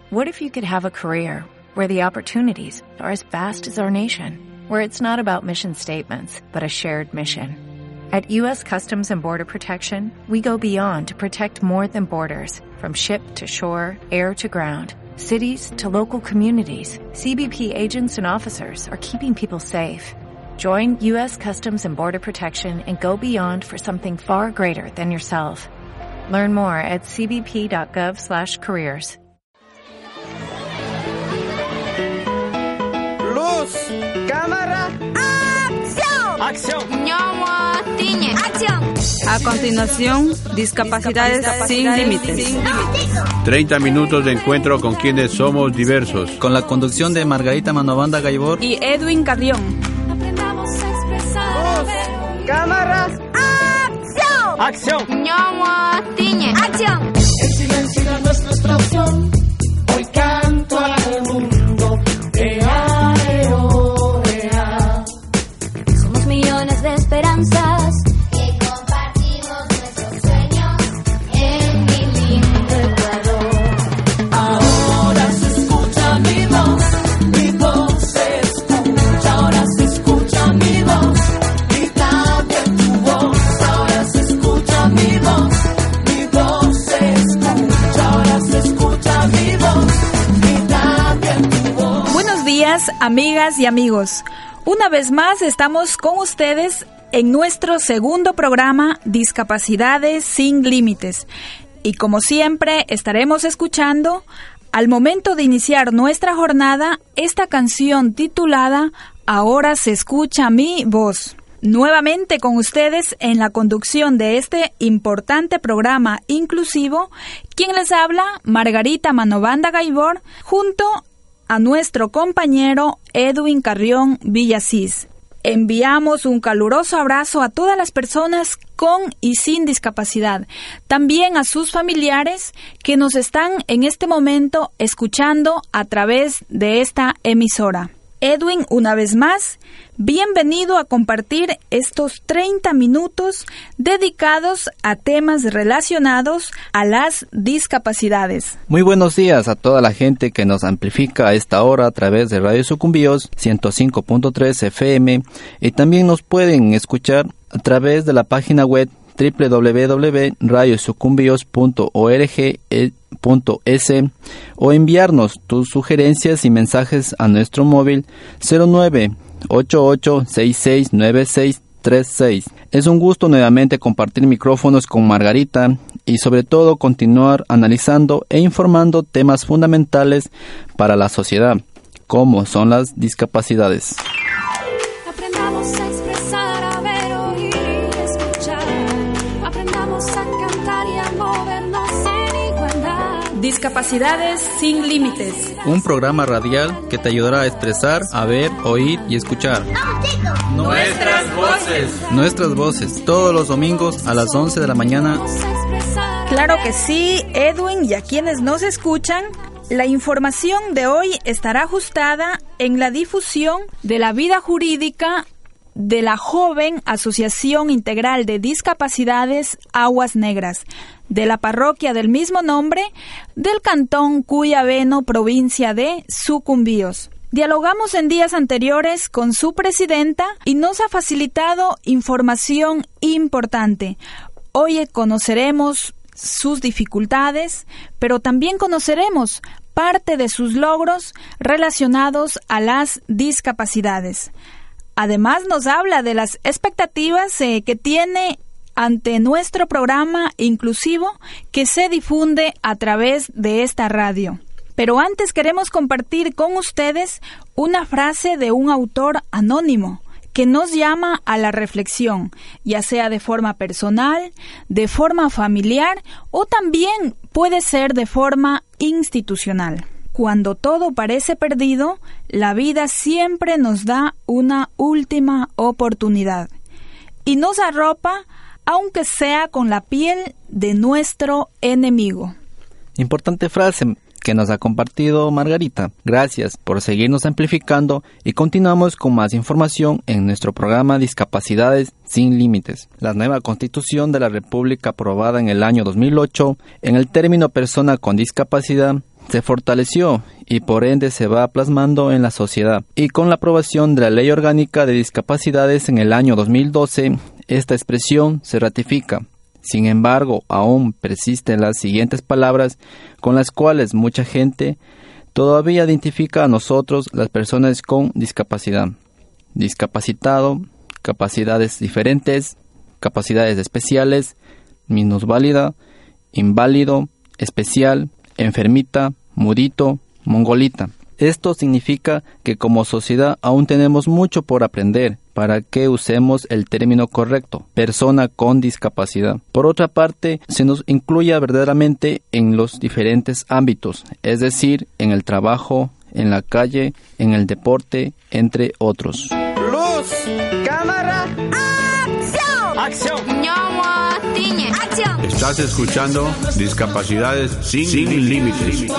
What if you could have a career where the opportunities are as vast as our nation, where it's not about mission statements, but a shared mission? At U.S. Customs and Border Protection, we go beyond to protect more than borders, from ship to shore, air to ground, cities to local communities. CBP agents and officers are keeping people safe. Join U.S. Customs and Border Protection and go beyond for something far greater than yourself. Learn more at cbp.gov/careers. Luz, cámara, ¡acción! acción. ¡Acción! A continuación, Discapacidades sin Límites. 30 minutos de encuentro con quienes somos diversos. Con la conducción de Margarita Manovanda Gaibor Y Edwin Carrión. Luz, cámara, acción. ¡Acción! El silencio de nuestra opción. Hoy canto al mundo. Ea, eo, ea. Somos millones de esperanzas que compartimos nuestros sueños en mi lindo Ecuador. Ahora se escucha mi voz se escucha. Ahora se escucha mi voz y también tu voz. Ahora se escucha mi voz se escucha. Ahora se escucha mi voz y también tu voz. Buenos días, amigas y amigos. Una vez más estamos con ustedes en nuestro segundo programa Discapacidades sin Límites. Y como siempre estaremos escuchando, al momento de iniciar nuestra jornada, esta canción titulada Ahora se escucha mi voz. Nuevamente con ustedes en la conducción de este importante programa inclusivo, quien les habla, Margarita Manovanda Gaibor, junto a nuestro compañero Edwin Carrión Villasís. Enviamos un caluroso abrazo a todas las personas con y sin discapacidad, también a sus familiares que nos están en este momento escuchando a través de esta emisora. Edwin, una vez más, bienvenido a compartir estos 30 minutos dedicados a temas relacionados a las discapacidades. Muy buenos días a toda la gente que nos amplifica a esta hora a través de Radio Sucumbíos 105.3 FM y también nos pueden escuchar a través de la página web www.radiosucumbios.org.es o enviarnos tus sugerencias y mensajes a nuestro móvil 0988669636. Es un gusto nuevamente compartir micrófonos con Margarita y sobre todo continuar analizando e informando temas fundamentales para la sociedad, como son las discapacidades. Aprendamos a expresar, a ver, oír y escuchar. Aprendamos a cantar y a movernos en igualdad. Discapacidades sin Límites. Un programa radial que te ayudará a expresar, a ver, oír y escuchar. Nuestras voces, todos los domingos a las 11 de la mañana. Claro que sí, Edwin, y a quienes nos escuchan, la información de hoy estará ajustada en la difusión de la vida jurídica de la joven Asociación Integral de Discapacidades Aguas Negras, de la parroquia del mismo nombre, del cantón Cuyabeno, provincia de Sucumbíos. Dialogamos en días anteriores con su presidenta y nos ha facilitado información importante. Hoy conoceremos sus dificultades, pero también conoceremos parte de sus logros relacionados a las discapacidades. Además, nos habla de las expectativas que tiene ante nuestro programa inclusivo que se difunde a través de esta radio. Pero antes queremos compartir con ustedes una frase de un autor anónimo que nos llama a la reflexión, ya sea de forma personal, de forma familiar o también puede ser de forma institucional. Cuando todo parece perdido, la vida siempre nos da una última oportunidad y nos arropa, aunque sea con la piel de nuestro enemigo. Importante frase que nos ha compartido Margarita. Gracias por seguirnos amplificando y continuamos con más información en nuestro programa Discapacidades sin Límites. La nueva Constitución de la República aprobada en el año 2008 en el término persona con discapacidad se fortaleció y por ende se va plasmando en la sociedad. Y con la aprobación de la Ley Orgánica de Discapacidades en el año 2012, esta expresión se ratifica. Sin embargo, aún persisten las siguientes palabras con las cuales mucha gente todavía identifica a nosotros, las personas con discapacidad. Discapacitado, capacidades diferentes, capacidades especiales, minusválida, inválido, especial, enfermita, mudito, mongolita. Esto significa que como sociedad aún tenemos mucho por aprender para que usemos el término correcto, persona con discapacidad. Por otra parte, se nos incluya verdaderamente en los diferentes ámbitos, es decir, en el trabajo, en la calle, en el deporte, entre otros. Luz, cámara, ¡acción! acción. ¡Acción! Estás escuchando Discapacidades sin límites.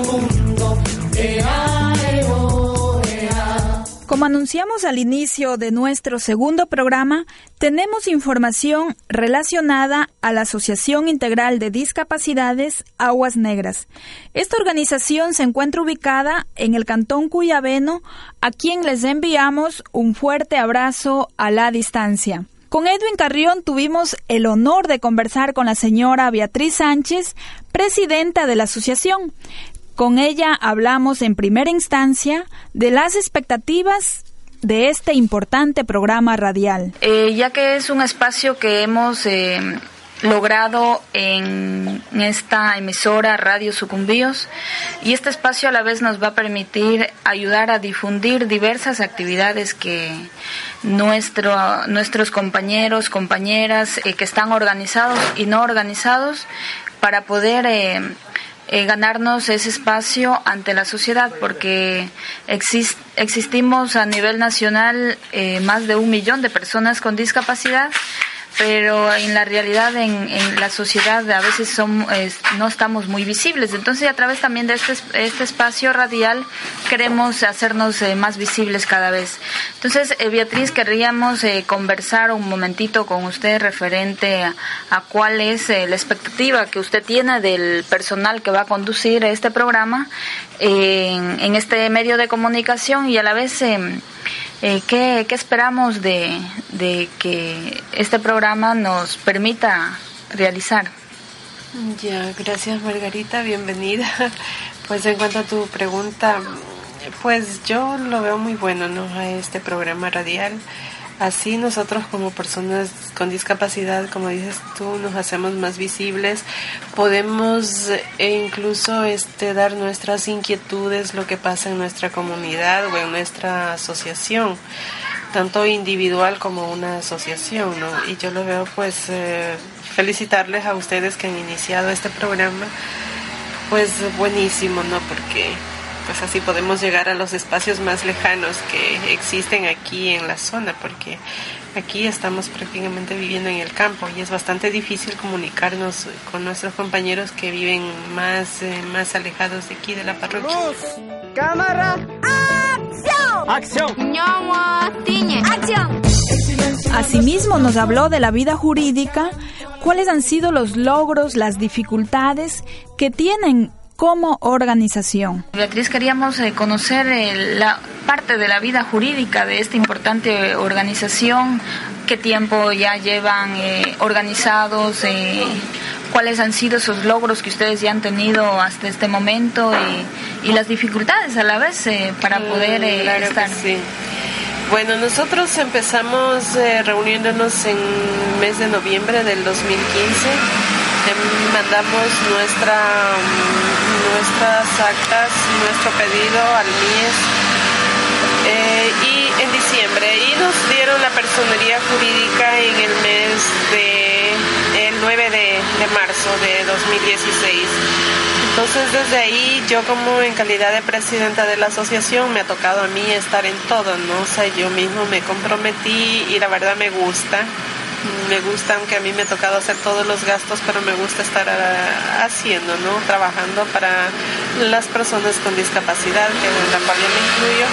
Como anunciamos al inicio de nuestro segundo programa, tenemos información relacionada a la Asociación Integral de Discapacidades Aguas Negras. Esta organización se encuentra ubicada en el Cantón Cuyabeno, a quien les enviamos un fuerte abrazo a la distancia. Con Edwin Carrión tuvimos el honor de conversar con la señora Beatriz Sánchez, presidenta de la asociación. Con ella hablamos en primera instancia de las expectativas de este importante programa radial. Ya que es un espacio que hemos logrado en esta emisora Radio Sucumbíos, y este espacio a la vez nos va a permitir ayudar a difundir diversas actividades que nuestros compañeros, compañeras que están organizados y no organizados, para poder ganarnos ese espacio ante la sociedad, porque existimos a nivel nacional más de 1 millón de personas con discapacidad, pero en la realidad en la sociedad a veces no estamos muy visibles. Entonces, a través también de este espacio radial queremos hacernos más visibles cada vez. Entonces, Beatriz, querríamos conversar un momentito con usted referente a cuál es la expectativa que usted tiene del personal que va a conducir este programa en este medio de comunicación, y a la vez ¿qué esperamos de que este programa nos permita realizar? Ya, gracias Margarita, bienvenida. Pues en cuanto a tu pregunta, pues yo lo veo muy bueno, ¿no?, a este programa radial. Así nosotros como personas con discapacidad, como dices tú, nos hacemos más visibles, podemos incluso dar nuestras inquietudes, lo que pasa en nuestra comunidad o en nuestra asociación, tanto individual como una asociación, ¿no? Y yo lo veo, pues, felicitarles a ustedes que han iniciado este programa, pues buenísimo, ¿no? Porque pues así podemos llegar a los espacios más lejanos que existen aquí en la zona, porque aquí estamos prácticamente viviendo en el campo y es bastante difícil comunicarnos con nuestros compañeros que viven más alejados de aquí de la parroquia. Luz, cámara, acción. ¡Acción! Asimismo, nos habló de la vida jurídica, cuáles han sido los logros, las dificultades que tienen como organización. Beatriz, queríamos conocer la parte de la vida jurídica de esta importante organización. ¿Qué tiempo ya llevan organizados? ¿Cuáles han sido esos logros que ustedes ya han tenido hasta este momento? Y las dificultades a la vez para poder claro estar. Que sí. Bueno, nosotros empezamos reuniéndonos en el mes de noviembre del 2015. Mandamos nuestras actas, nuestro pedido al MIES y en diciembre, y nos dieron la personería jurídica en el el 9 de marzo de 2016. Entonces, desde ahí, yo como en calidad de presidenta de la asociación, me ha tocado a mí estar en todo, ¿no? O sea, yo mismo me comprometí y la verdad me gusta, aunque a mí me ha tocado hacer todos los gastos, pero me gusta estar haciendo, ¿no? Trabajando para las personas con discapacidad, que en la cual yo me incluyo.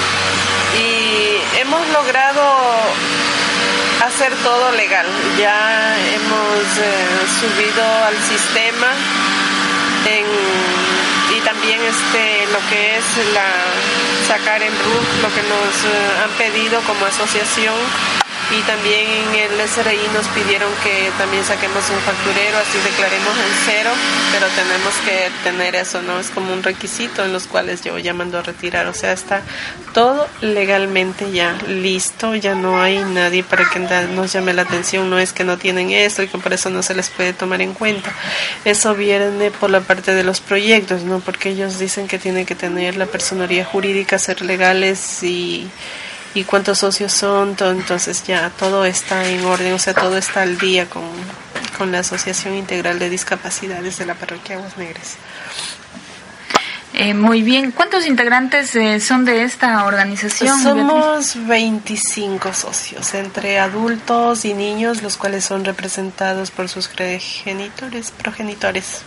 Y hemos logrado hacer todo legal. Ya hemos subido al sistema y también lo que es sacar en RUC, lo que nos han pedido como asociación. Y también en el SRI nos pidieron que también saquemos un facturero, así declaremos en cero, pero tenemos que tener eso, ¿no? Es como un requisito en los cuales yo ya mando a retirar, o sea, está todo legalmente ya listo, ya no hay nadie para que nos llame la atención, no es que no tienen esto y que por eso no se les puede tomar en cuenta. Eso viene por la parte de los proyectos, ¿no? Porque ellos dicen que tienen que tener la personería jurídica, ser legales y cuántos socios son, entonces ya todo está en orden, o sea, todo está al día con la Asociación Integral de Discapacidades de la Parroquia Aguas Negras. Muy bien. ¿Cuántos integrantes son de esta organización? Somos 25 socios, entre adultos y niños, los cuales son representados por sus progenitores.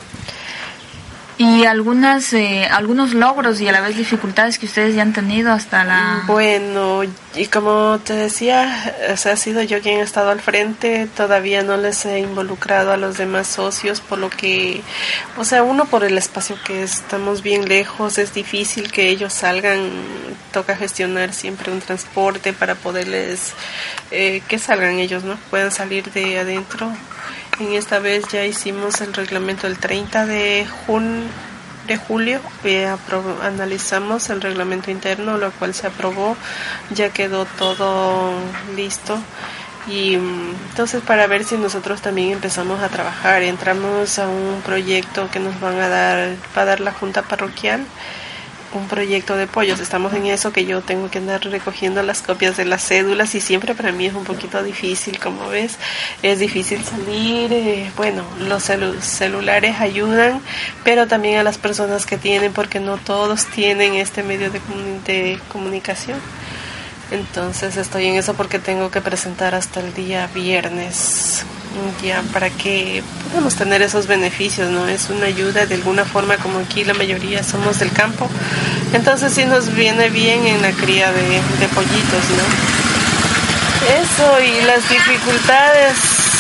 Y algunos logros y a la vez dificultades que ustedes ya han tenido hasta la... Bueno, y como te decía, o sea, ha sido yo quien ha estado al frente, todavía no les he involucrado a los demás socios, por lo que, o sea, uno por el espacio que estamos bien lejos, es difícil que ellos salgan, toca gestionar siempre un transporte para poderles, que salgan ellos, ¿no? Puedan salir de adentro. En esta vez ya hicimos el reglamento el 30 de julio, analizamos el reglamento interno, lo cual se aprobó, ya quedó todo listo. Y entonces para ver si nosotros también empezamos a trabajar, entramos a un proyecto que nos va a dar la Junta Parroquial, un proyecto de pollos. Estamos en eso, que yo tengo que andar recogiendo las copias de las cédulas y siempre para mí es un poquito difícil, como ves, es difícil salir, bueno, los celulares ayudan, pero también a las personas que tienen, porque no todos tienen este medio de comunicación. Entonces estoy en eso porque tengo que presentar hasta el día viernes, ya para que podamos tener esos beneficios, ¿no? Es una ayuda de alguna forma, como aquí la mayoría somos del campo, entonces sí nos viene bien en la cría de pollitos, ¿no? Eso, y las dificultades,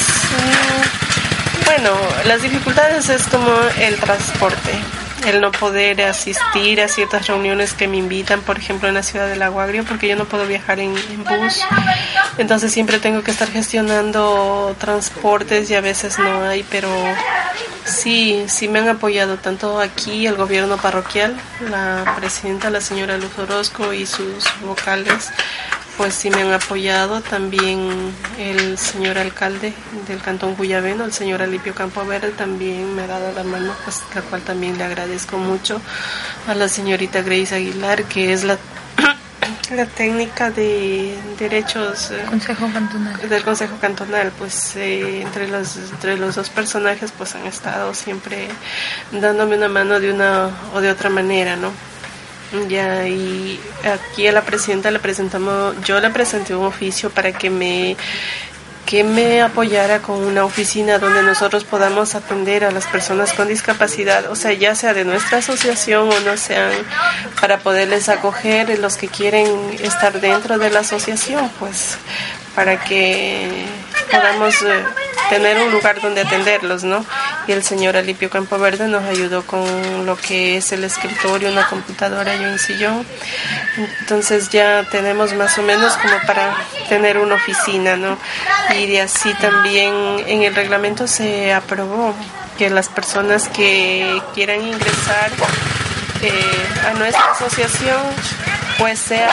bueno, las dificultades es como el transporte, el no poder asistir a ciertas reuniones que me invitan, por ejemplo en la ciudad del Lago Agrio, porque yo no puedo viajar en bus, entonces siempre tengo que estar gestionando transportes y a veces no hay, pero sí me han apoyado tanto aquí el gobierno parroquial, la presidenta, la señora Luz Orozco, y sus vocales, pues sí me han apoyado, también el señor alcalde del Cantón Cuyabeno, el señor Alipio Campoverde, también me ha dado la mano, pues la cual también le agradezco mucho, a la señorita Grace Aguilar, que es la técnica de derechos del Consejo Cantonal, pues entre los dos personajes pues han estado siempre dándome una mano de una o de otra manera, ¿no? Ya, y aquí a la presidenta yo le presenté un oficio para que me apoyara con una oficina donde nosotros podamos atender a las personas con discapacidad, o sea, ya sea de nuestra asociación o no sean, para poderles acoger los que quieren estar dentro de la asociación, pues para que podamos tener un lugar donde atenderlos, ¿no? Y el señor Alipio Campoverde nos ayudó con lo que es el escritorio, una computadora y un sillón. Entonces ya tenemos más o menos como para tener una oficina, ¿no? Y de así también en el reglamento se aprobó que las personas que quieran ingresar a nuestra asociación, pues sea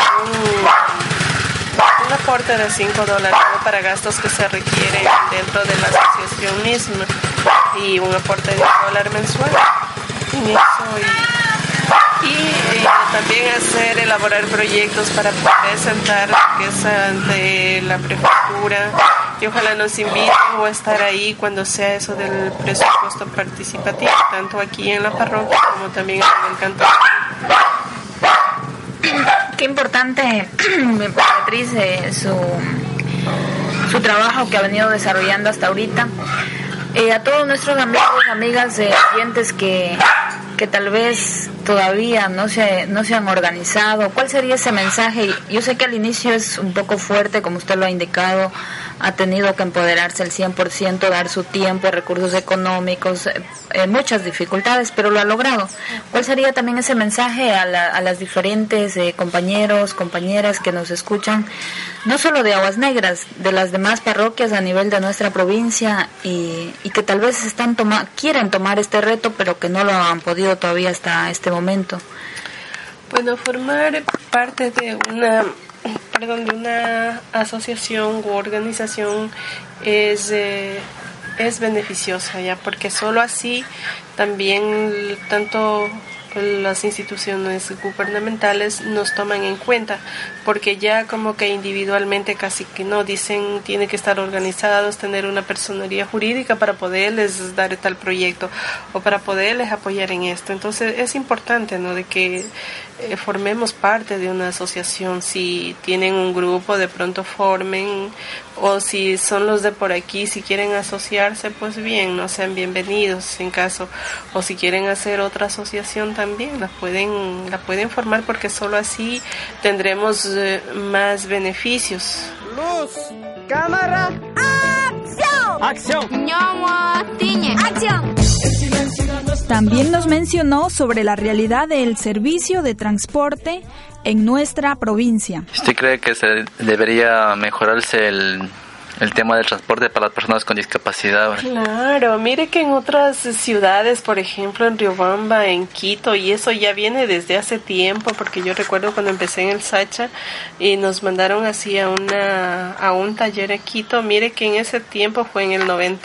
un aporte de $5 para gastos que se requieren dentro de la asociación misma, y un aporte de $1 mensual en eso, y también elaborar proyectos para presentar que es ante la prefectura, y ojalá nos inviten o estar ahí cuando sea eso del presupuesto participativo, tanto aquí en la parroquia como también en el cantón. Qué importante, Beatriz, su trabajo que ha venido desarrollando hasta ahorita. A todos nuestros amigos, amigas, oyentes que tal vez todavía no se han organizado, ¿cuál sería ese mensaje? Yo sé que al inicio es un poco fuerte, como usted lo ha indicado, ha tenido que empoderarse al 100%, dar su tiempo, recursos económicos, muchas dificultades, pero lo ha logrado. ¿Cuál sería también ese mensaje a las diferentes compañeros, compañeras que nos escuchan, no solo de Aguas Negras, de las demás parroquias a nivel de nuestra provincia y que tal vez quieren tomar este reto, pero que no lo han podido todavía hasta este momento? Bueno, formar parte de una asociación u organización es beneficiosa, ya, porque solo así también tanto las instituciones gubernamentales nos toman en cuenta, porque ya como que individualmente casi que no dicen tiene que estar organizados, tener una personería jurídica para poderles dar tal proyecto o para poderles apoyar en esto. Entonces es importante, ¿no?, de que formemos parte de una asociación. Si tienen un grupo, de pronto formen, o si son los de por aquí, si quieren asociarse, pues bien, no sean bienvenidos en caso, o si quieren hacer otra asociación también la pueden formar, porque solo así tendremos más beneficios. Luz, cámara, acción. Acción. Acción. También nos mencionó sobre la realidad del servicio de transporte en nuestra provincia. ¿Usted cree que se debería mejorarse el tema del transporte para las personas con discapacidad? Claro, mire que en otras ciudades, por ejemplo en Riobamba, en Quito, y eso ya viene desde hace tiempo, porque yo recuerdo cuando empecé en el Sacha y nos mandaron así a un taller en Quito. Mire que en ese tiempo fue en el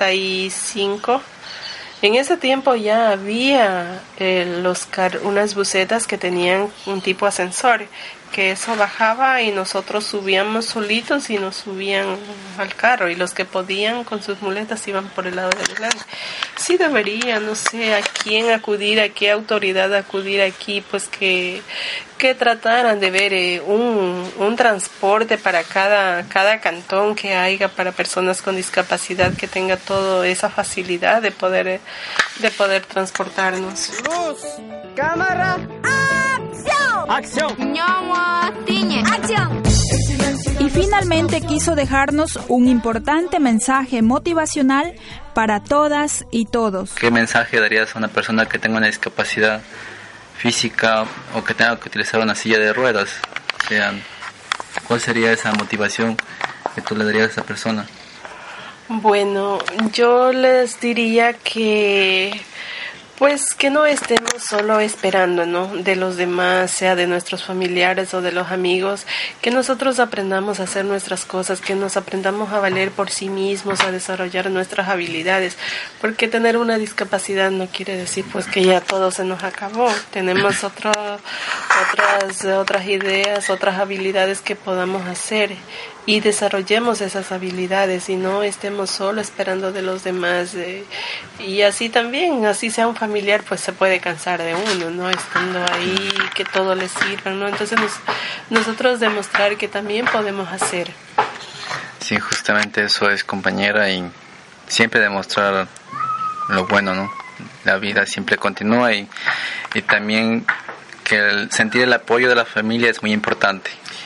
95. En ese tiempo ya había unas busetas que tenían un tipo ascensor, que eso bajaba y nosotros subíamos solitos y nos subían al carro, y los que podían con sus muletas iban por el lado de adelante. Sí debería, no sé a quién acudir, a qué autoridad acudir aquí, pues que trataran de ver un transporte para cada cantón que haya para personas con discapacidad, que tenga toda esa facilidad de poder transportarnos. Luz, cámara, acción. Acción. Y finalmente quiso dejarnos un importante mensaje motivacional para todas y todos. ¿Qué mensaje darías a una persona que tenga una discapacidad física o que tenga que utilizar una silla de ruedas? O sea, ¿cuál sería esa motivación que tú le darías a esa persona? Bueno, yo les diría que no estemos solo esperando, ¿no?, de los demás, sea de nuestros familiares o de los amigos, que nosotros aprendamos a hacer nuestras cosas, que nos aprendamos a valer por sí mismos, a desarrollar nuestras habilidades, porque tener una discapacidad no quiere decir pues que ya todo se nos acabó. Tenemos otras ideas, otras habilidades que podamos hacer, y desarrollemos esas habilidades y no estemos solo esperando de los demás, y así también, así sea un familiar, pues se puede cansar de uno, ¿no?, estando ahí, que todo le sirva, ¿no? Entonces nosotros demostrar que también podemos hacer. Sí, justamente eso es, compañera, y siempre demostrar lo bueno, ¿no? La vida siempre continúa, y también que sentir el apoyo de la familia es muy importante.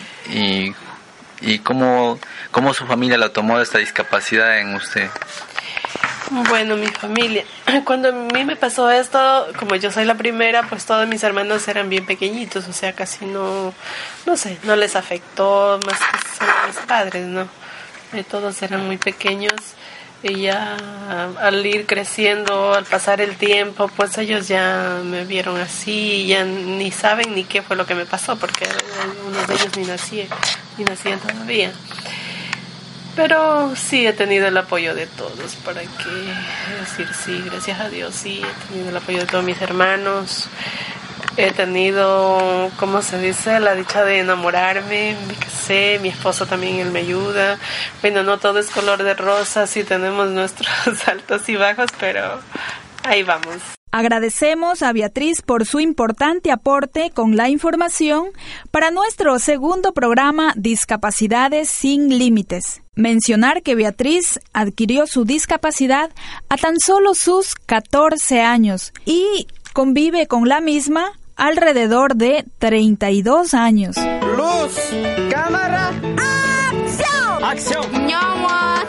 ¿Y cómo su familia la tomó esta discapacidad en usted? Bueno, mi familia, cuando a mí me pasó esto, como yo soy la primera, pues todos mis hermanos eran bien pequeñitos, o sea, casi no les afectó, más que son mis padres, ¿no? Todos eran muy pequeños, y ya al ir creciendo, al pasar el tiempo, pues ellos ya me vieron así y ya ni saben ni qué fue lo que me pasó, porque algunos de ellos ni nacían todavía. Pero sí he tenido el apoyo de todos, para qué decir, sí, gracias a Dios, sí, he tenido el apoyo de todos mis hermanos. He tenido, ¿cómo se dice?, la dicha de enamorarme, me casé, mi esposo también, él me ayuda. Bueno, no todo es color de rosa, sí tenemos nuestros altos y bajos, pero ahí vamos. Agradecemos a Beatriz por su importante aporte con la información para nuestro segundo programa Discapacidades sin Límites. Mencionar que Beatriz adquirió su discapacidad a tan solo sus 14 años y convive con la misma alrededor de 32 años. Luz, cámara, acción. Acción.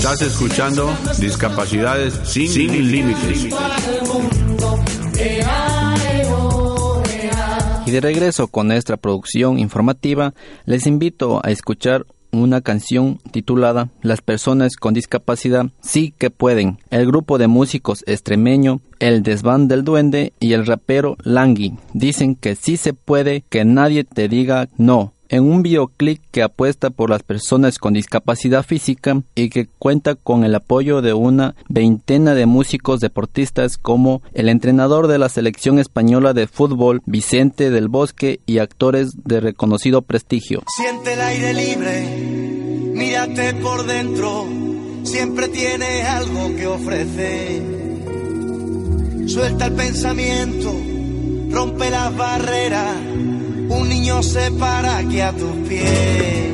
Estás escuchando Discapacidades sin Límites. Y de regreso con nuestra producción informativa, les invito a escuchar una canción titulada Las personas con discapacidad sí que pueden. El grupo de músicos extremeño El Desván del Duende y el rapero Langui dicen que sí se puede, que nadie te diga no. En un videoclip que apuesta por las personas con discapacidad física y que cuenta con el apoyo de una veintena de músicos deportistas como el entrenador de la selección española de fútbol Vicente del Bosque y actores de reconocido prestigio. Siente el aire libre, mírate por dentro, siempre tienes algo que ofrecer. Suelta el pensamiento, rompe las barreras. Un niño se para aquí a tus pies.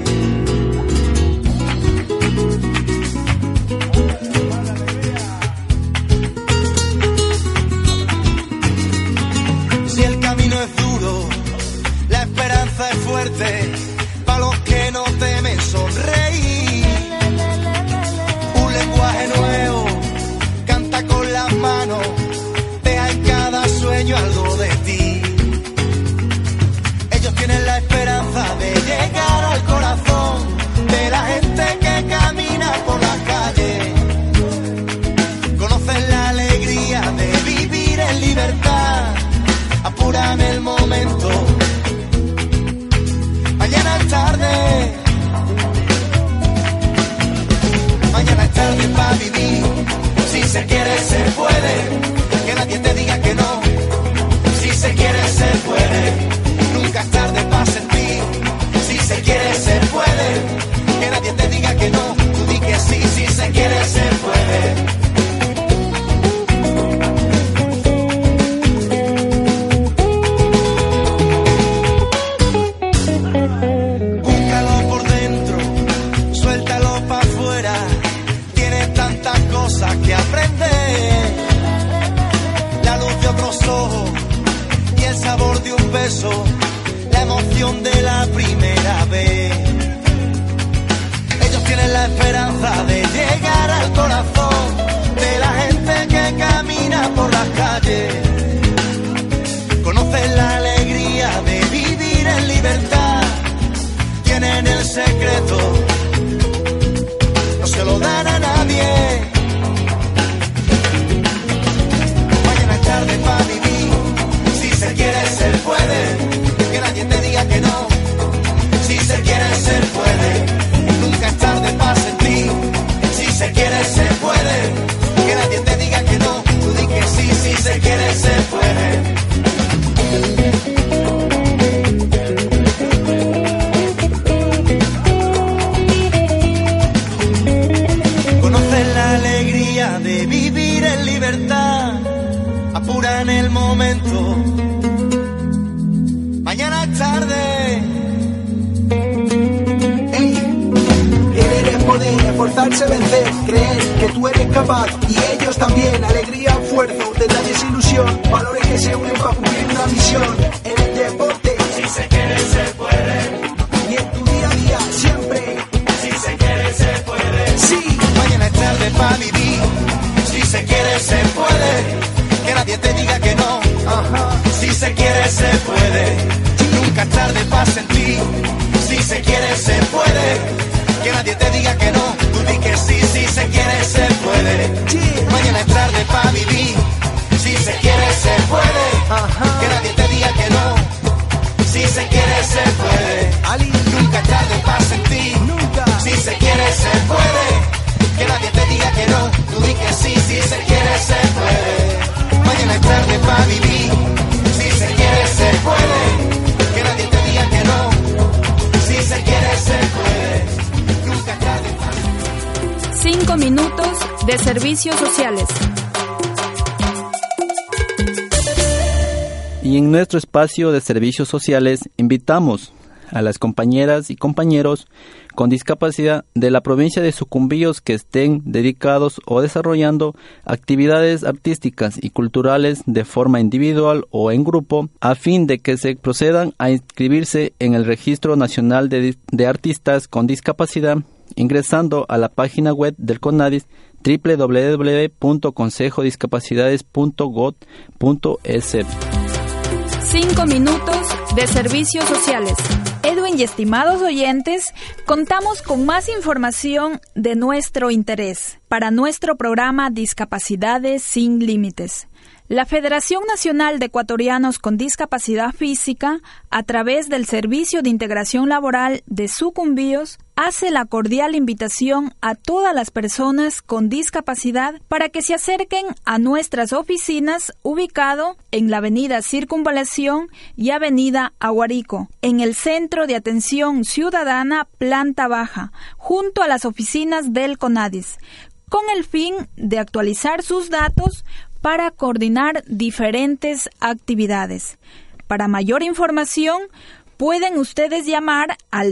Si el camino es duro, la esperanza es fuerte. Pa' los que no temen sonreír. Un lenguaje nuevo, canta con las manos. Deja en cada sueño algo de ti. Ellos tienen la esperanza de llegar al corazón de la gente que camina por las calles. Conocen la alegría de vivir en libertad. Apuran el momento. Mañana es tarde. Mañana es tarde para vivir. Si se quiere, se puede. Que nadie te diga que no. Si se quiere, se puede. Nunca es tarde para sentir. Si se quiere, se puede. Que nadie te diga que no. Tú di que sí, si se quiere, se puede. Búscalo por dentro, suéltalo para afuera. Tienes tantas cosas que aprender. La luz de otros ojos y el sabor de un beso. La emoción de la primera vez. Ellos tienen la esperanza de llegar al corazón de la gente que camina por las calles. Conocen la alegría de vivir en libertad. Tienen el secreto, no se lo dan a nadie. Mañana es tarde para vivir. Si se quiere, se puede. Que nadie te diga que no. Si se quiere, se puede. Nunca es tarde para sentir. Si se quiere, se puede. Que nadie te diga que no. Tú di que sí, si se quiere, se puede. Conocen la alegría de vivir en libertad. Apuran el momento. Mañana es tarde. Ey, querer es poder, esforzarse, vencer, creer que tú eres capaz y ellos también. Alegría, esfuerzo, detalles, ilusión, valores que se unen para cumplir una misión. En el deporte, si se quiere, se puede. Y en tu día a día, siempre, si se quiere, se puede. Sí, mañana es tarde para vivir. Si se quiere, se puede. Que nadie te diga que no. Si se quiere, se puede. Nunca es tarde para sentir. Si se quiere, se puede. Que nadie te diga que no. Tú di que sí, si se quiere, se puede. Mañana es tarde para vivir. Si se quiere, se puede. Que nadie te diga que no. Si se quiere, se puede. Nunca es tarde para sentir. Si se quiere, se puede. Que nadie te diga que no. Tú di que sí, si se quiere, se puede. Mañana es tarde para vivir. Si se quiere, se puede. Que nadie te diga que no. Si se quiere, se puede. Nunca es tarde para vivir. 5 minutos de servicios sociales. Y en nuestro espacio de servicios sociales invitamos a las compañeras y compañeros con discapacidad de la provincia de Sucumbíos que estén dedicados o desarrollando actividades artísticas y culturales de forma individual o en grupo, a fin de que se procedan a inscribirse en el Registro Nacional de Artistas con Discapacidad ingresando a la página web del CONADIS www.consejodiscapacidades.gov.es. 5 minutos de servicios sociales. Edwin y estimados oyentes, contamos con más información de nuestro interés para nuestro programa Discapacidades sin Límites. La Federación Nacional de Ecuatorianos con Discapacidad Física, a través del Servicio de Integración Laboral de Sucumbíos, hace la cordial invitación a todas las personas con discapacidad para que se acerquen a nuestras oficinas ubicado en la Avenida Circunvalación y Avenida Aguarico, en el Centro de Atención Ciudadana Planta Baja, junto a las oficinas del CONADIS, con el fin de actualizar sus datos para coordinar diferentes actividades. Para mayor información, pueden ustedes llamar al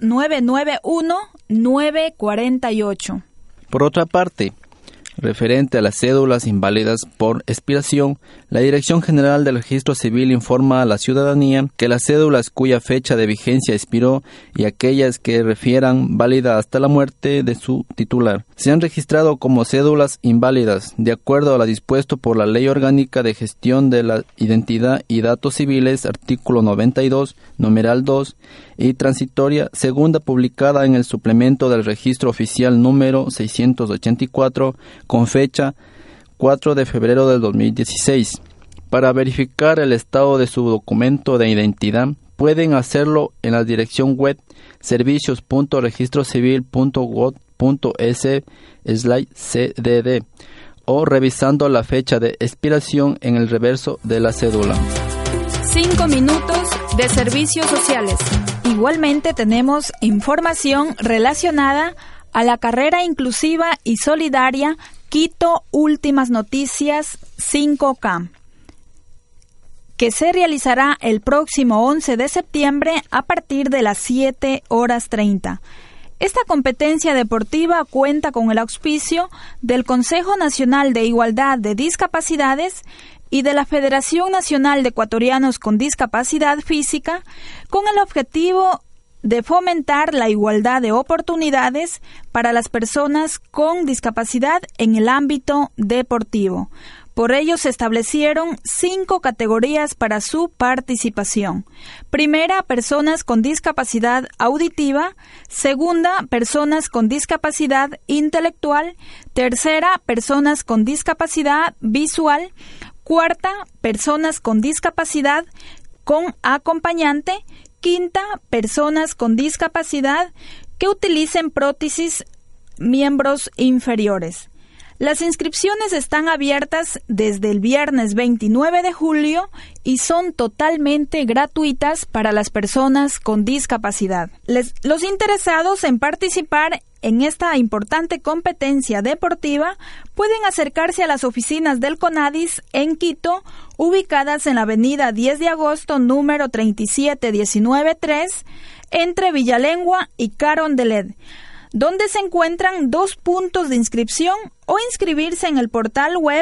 2991-948. Por otra parte, referente a las cédulas inválidas por expiración, la Dirección General del Registro Civil informa a la ciudadanía que las cédulas cuya fecha de vigencia expiró y aquellas que refieran válida hasta la muerte de su titular se han registrado como cédulas inválidas de acuerdo a lo dispuesto por la Ley Orgánica de Gestión de la Identidad y Datos Civiles, artículo 92, numeral 2, y transitoria, segunda publicada en el suplemento del Registro Oficial número 684, con fecha 4 de febrero del 2016. Para verificar el estado de su documento de identidad, pueden hacerlo en la dirección web servicios.registrocivil.gov.es/cdd o revisando la fecha de expiración en el reverso de la cédula. 5 minutos de servicios sociales. Igualmente tenemos información relacionada a la carrera inclusiva y solidaria Quito Últimas Noticias 5K, que se realizará el próximo 11 de septiembre a partir de las 7:30. Esta competencia deportiva cuenta con el auspicio del Consejo Nacional de Igualdad de Discapacidades y de la Federación Nacional de Ecuatorianos con Discapacidad Física, con el objetivo de fomentar la igualdad de oportunidades para las personas con discapacidad en el ámbito deportivo. Por ello se establecieron 5 categorías para su participación. Primera, personas con discapacidad auditiva. Segunda, personas con discapacidad intelectual. Tercera, personas con discapacidad visual. Cuarta, personas con discapacidad con acompañante. Quinta, personas con discapacidad que utilicen prótesis miembros inferiores. Las inscripciones están abiertas desde el viernes 29 de julio y son totalmente gratuitas para las personas con discapacidad. Los interesados en participar en esta importante competencia deportiva pueden acercarse a las oficinas del CONADIS en Quito, ubicadas en la avenida 10 de agosto, número 37193, entre Villalengua y Carondelet, donde se encuentran 2 puntos de inscripción, o inscribirse en el portal web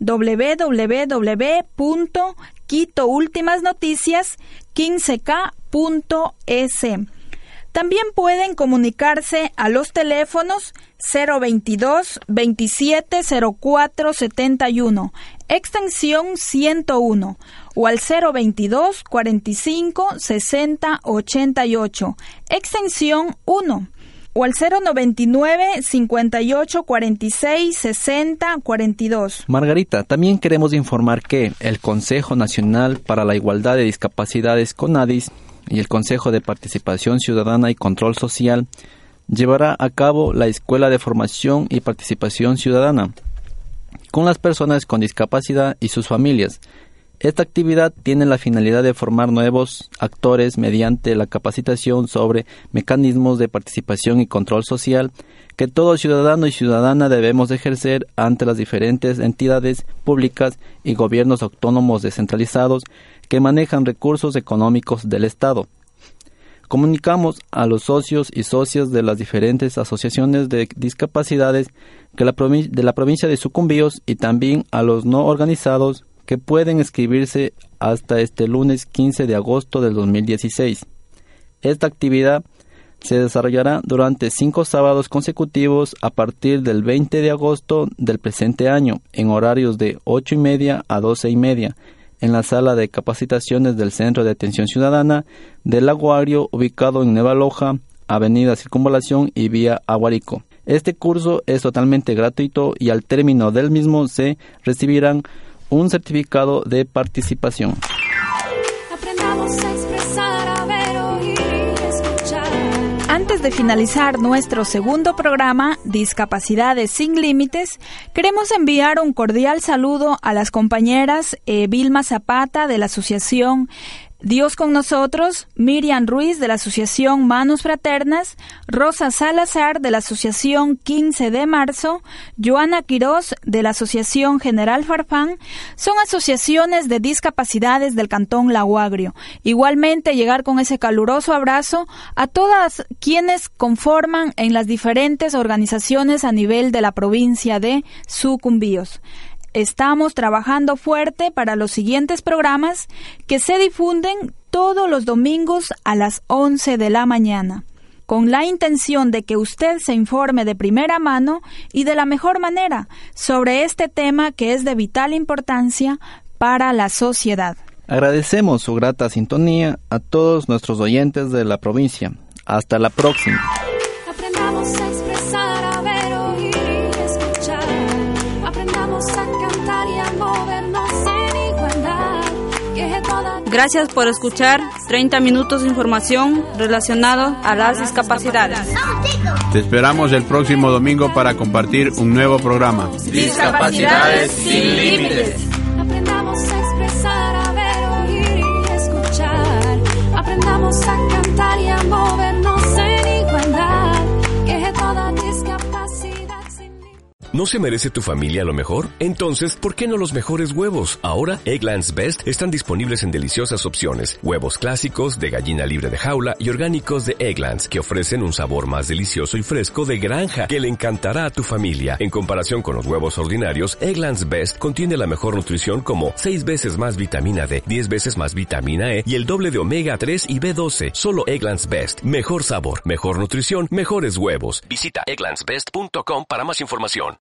www.quitoultimasnoticias15k.es. También pueden comunicarse a los teléfonos 022 27 04 71, extensión 101, o al 022 45 60 88, extensión 1. O al 099 58 46 60 42. Margarita, también queremos informar que el Consejo Nacional para la Igualdad de Discapacidades CONADIS y el Consejo de Participación Ciudadana y Control Social llevará a cabo la Escuela de Formación y Participación Ciudadana con las personas con discapacidad y sus familias. Esta actividad tiene la finalidad de formar nuevos actores mediante la capacitación sobre mecanismos de participación y control social que todo ciudadano y ciudadana debemos ejercer ante las diferentes entidades públicas y gobiernos autónomos descentralizados que manejan recursos económicos del Estado. Comunicamos a los socios y socias de las diferentes asociaciones de discapacidades de la provincia de Sucumbíos y también a los no organizados que pueden inscribirse hasta este lunes 15 de agosto del 2016. Esta actividad se desarrollará durante 5 sábados consecutivos a partir del 20 de agosto del presente año, en horarios de 8:30 a 12:30, en la sala de capacitaciones del Centro de Atención Ciudadana del Lago Agrio, ubicado en Nueva Loja, Avenida Circunvalación y Vía Aguarico. Este curso es totalmente gratuito y al término del mismo se recibirán un certificado de participación. Aprendamos a expresar, a ver, oír y escuchar. Antes de finalizar nuestro segundo programa, Discapacidades sin Límites, queremos enviar un cordial saludo a las compañeras Vilma Zapata de la Asociación Dios con Nosotros, Miriam Ruiz de la Asociación Manos Fraternas, Rosa Salazar de la Asociación 15 de Marzo, Joana Quirós de la Asociación General Farfán. Son asociaciones de discapacidades del Cantón Lago Agrio. Igualmente llegar con ese caluroso abrazo a todas quienes conforman en las diferentes organizaciones a nivel de la provincia de Sucumbíos. Estamos trabajando fuerte para los siguientes programas que se difunden todos los domingos a las 11 de la mañana, con la intención de que usted se informe de primera mano y de la mejor manera sobre este tema que es de vital importancia para la sociedad. Agradecemos su grata sintonía a todos nuestros oyentes de la provincia. Hasta la próxima. Aprendamos a expresar, a ver, oír y escuchar. Aprendamos a cantar y a movernos en igualdad. Gracias por escuchar 30 minutos de información relacionada a las discapacidades. Te esperamos el próximo domingo para compartir un nuevo programa. Discapacidades sin límites. Aprendamos a expresar, a ver, oír y escuchar. Aprendamos a cantar y a movernos en igualdad. Que toda discapacidad sin límites. ¿No se merece tu familia lo mejor? Entonces, ¿por qué no los mejores huevos? Ahora, Eggland's Best están disponibles en deliciosas opciones. Huevos clásicos, de gallina libre de jaula y orgánicos de Eggland's, que ofrecen un sabor más delicioso y fresco de granja, que le encantará a tu familia. En comparación con los huevos ordinarios, Eggland's Best contiene la mejor nutrición como 6 veces más vitamina D, 10 veces más vitamina E y el doble de omega 3 y B12. Solo Eggland's Best. Mejor sabor, mejor nutrición, mejores huevos. Visita egglandsbest.com para más información.